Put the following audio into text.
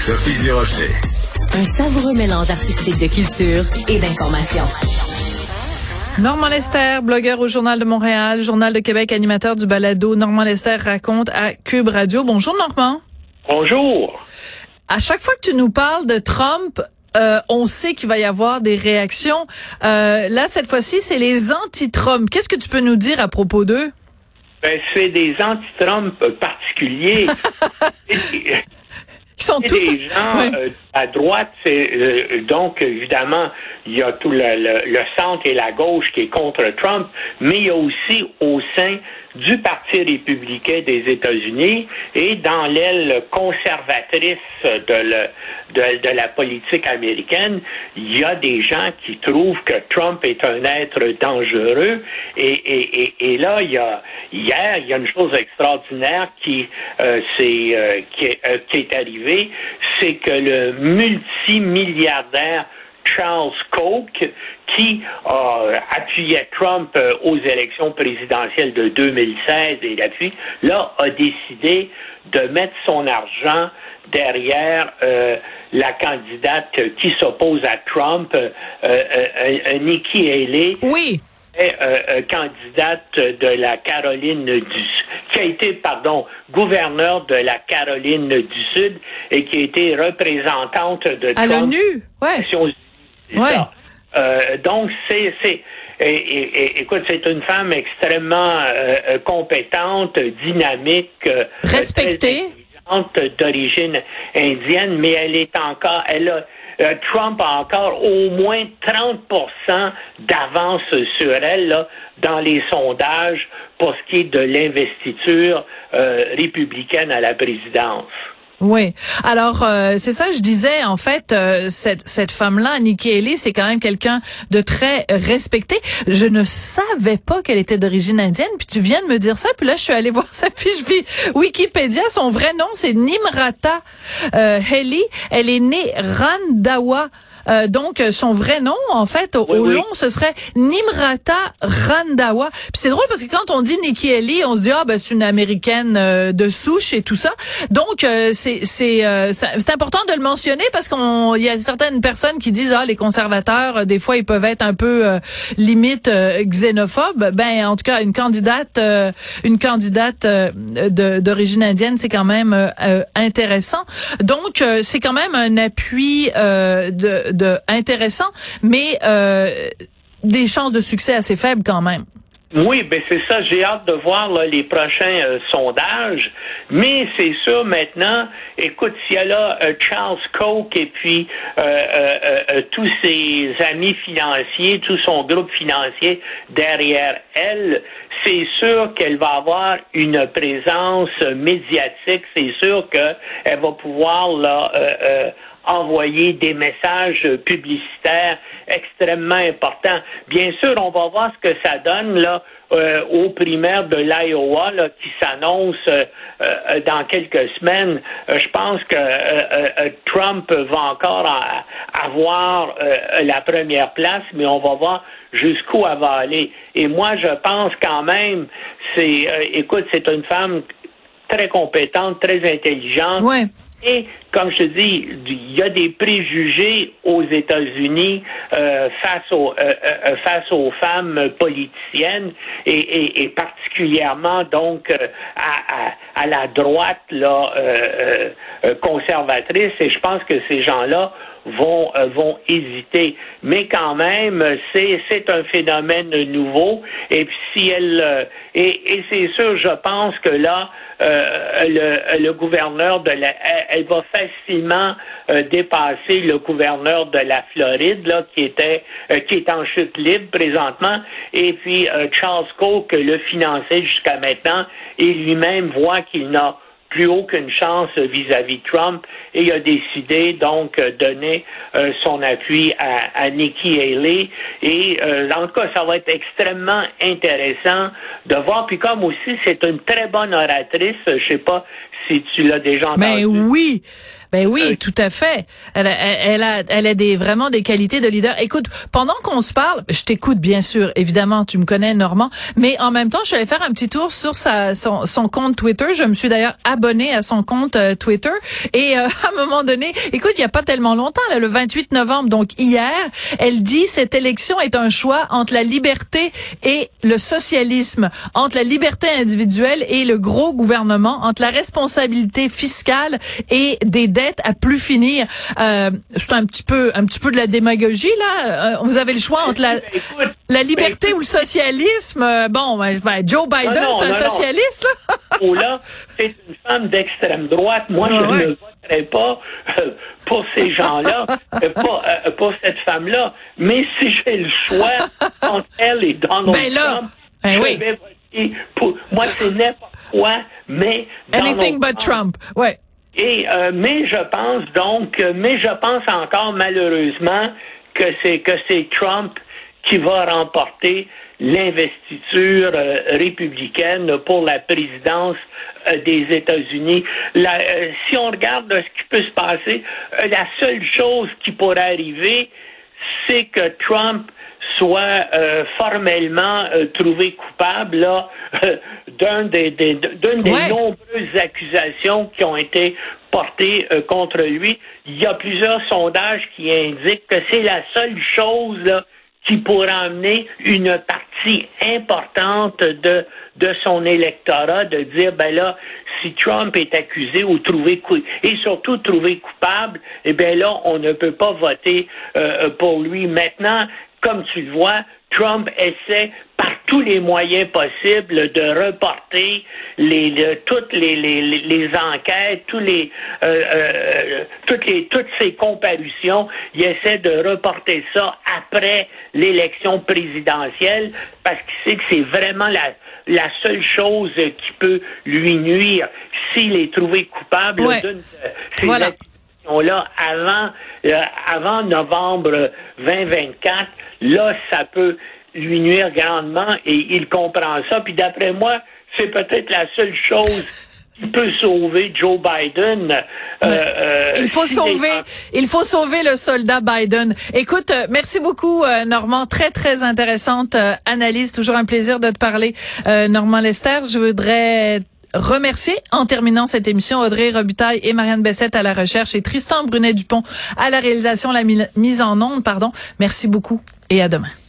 Sophie Durocher. Un savoureux mélange artistique de culture et d'information. Normand Lester, blogueur au Journal de Montréal, Journal de Québec, animateur du balado Normand Lester raconte à Cube Radio. Bonjour Normand. Bonjour. À chaque fois que tu nous parles de Trump, on sait qu'il va y avoir des réactions. Là, cette fois-ci, c'est les anti-Trump. Qu'est-ce que tu peux nous dire à propos d'eux? C'est des anti-Trump particuliers. Ils sont tous des gens à droite, donc évidemment, il y a tout le centre et la gauche qui est contre Trump, mais il y a aussi au sein du Parti républicain des États-Unis et dans l'aile conservatrice de la politique américaine, il y a des gens qui trouvent que Trump est un être dangereux et là, hier, il y a une chose extraordinaire qui est arrivée, c'est que le multimilliardaire Charles Koch, qui appuyait Trump aux élections présidentielles de 2016 et là-dessus, là, a décidé de mettre son argent derrière la candidate qui s'oppose à Trump, Nikki Haley. Oui. Candidate de la Caroline qui a été, gouverneure de la Caroline du Sud et qui a été représentante de à Trump. l'ONU, ouais. Donc, écoute, c'est une femme extrêmement compétente, dynamique, respectée, d'origine indienne, mais Trump a encore au moins 30% d'avance sur elle là, dans les sondages pour ce qui est de l'investiture républicaine à la présidence. Oui. Alors, c'est ça, je disais, en fait, cette femme-là, Nikki Haley, c'est quand même quelqu'un de très respecté. Je ne savais pas qu'elle était d'origine indienne, puis tu viens de me dire ça, puis là, je suis allée voir sa fiche Wikipédia. Son vrai nom, c'est Nimrata Haley. Elle est née Randhawa. Donc, son vrai nom, en fait, au long, ce serait Nimrata Randhawa. Puis c'est drôle parce que quand on dit Nikki Haley, on se dit, c'est une Américaine de souche et tout ça. Donc, c'est important de le mentionner parce il y a certaines personnes qui disent, les conservateurs, des fois, ils peuvent être un peu, limite, xénophobes. Ben, en tout cas, une candidate d'origine indienne, c'est quand même intéressant. Donc, c'est quand même un appui intéressant, mais des chances de succès assez faibles quand même. Oui, c'est ça. J'ai hâte de voir là, les prochains sondages. Mais c'est sûr maintenant, écoute, s'il y a là Charles Koch et puis tous ses amis financiers, tout son groupe financier derrière elle, c'est sûr qu'elle va avoir une présence médiatique. C'est sûr qu'elle va pouvoir là envoyer des messages publicitaires extrêmement importants. Bien sûr, on va voir ce que ça donne là aux primaires de l'Iowa là, qui s'annoncent dans quelques semaines. Je pense que Trump va encore avoir la première place, mais on va voir jusqu'où elle va aller. Et moi, je pense quand même, c'est une femme très compétente, très intelligente. Ouais. Et, comme je te dis, il y a des préjugés aux États-Unis face aux femmes politiciennes et particulièrement donc à la droite là conservatrice. Et je pense que ces gens-là vont hésiter. Mais quand même, c'est un phénomène nouveau. Et puis si elle et c'est sûr, je pense que là le gouverneur elle va facilement dépasser le gouverneur de la Floride là qui est en chute libre présentement. Et puis Charles Koch le finançait jusqu'à maintenant et lui-même voit qu'il n'a plus aucune chance vis-à-vis de Trump et il a décidé donc donner son appui à Nikki Haley et en tout cas ça va être extrêmement intéressant de voir, puis comme aussi c'est une très bonne oratrice, je sais pas si tu l'as déjà entendu. Mais oui, Ben oui, tout à fait. Elle a vraiment des qualités de leader. Écoute, pendant qu'on se parle, je t'écoute bien sûr, évidemment, tu me connais Normand, mais en même temps, je suis allée faire un petit tour sur son compte Twitter. Je me suis d'ailleurs abonnée à son compte Twitter et à un moment donné, écoute, il y a pas tellement longtemps, là, le 28 novembre, donc hier, elle dit cette élection est un choix entre la liberté et le socialisme, entre la liberté individuelle et le gros gouvernement, entre la responsabilité fiscale et des dettes à plus finir. C'est un petit peu de la démagogie là. Vous avez le choix entre la liberté ou le socialisme. Joe Biden, c'est un socialiste là. Ou là, c'est une femme d'extrême droite. Moi, je ne voterai pas pour ces gens-là, pour cette femme-là. Mais si j'ai le choix entre elle et Donald Trump, je vais voter pour. Moi, c'est n'importe quoi, mais anything but Trump. Ouais. Et mais je pense encore malheureusement que c'est Trump qui va remporter l'investiture républicaine pour la présidence des États-Unis. Si on regarde ce qui peut se passer, la seule chose qui pourrait arriver, c'est que Trump soit formellement trouvé coupable là, d'une des nombreuses accusations qui ont été portées contre lui. Il y a plusieurs sondages qui indiquent que c'est la seule chose là, qui pourrait emmener une partie importante de son électorat de dire, ben là, si Trump est accusé ou et surtout trouvé coupable, eh bien là, on ne peut pas voter pour lui. Maintenant, comme tu le vois, Trump essaie par tous les moyens possibles de reporter toutes les enquêtes, toutes ces comparutions. Il essaie de reporter ça après l'élection présidentielle parce qu'il sait que c'est vraiment la seule chose qui peut lui nuire s'il est trouvé coupable d'une de ces accusations-là avant novembre 2024. Là, ça peut lui nuire grandement et il comprend ça. Puis d'après moi, c'est peut-être la seule chose qui peut sauver Joe Biden. Il faut sauver le soldat Biden. Écoute, merci beaucoup, Normand. Très, très intéressante analyse. Toujours un plaisir de te parler, Normand Lester. Je voudrais remercier, en terminant cette émission, Audrey Robitaille et Marianne Bessette à la recherche et Tristan Brunet-Dupont à la réalisation, la mise en onde, pardon. Merci beaucoup et à demain.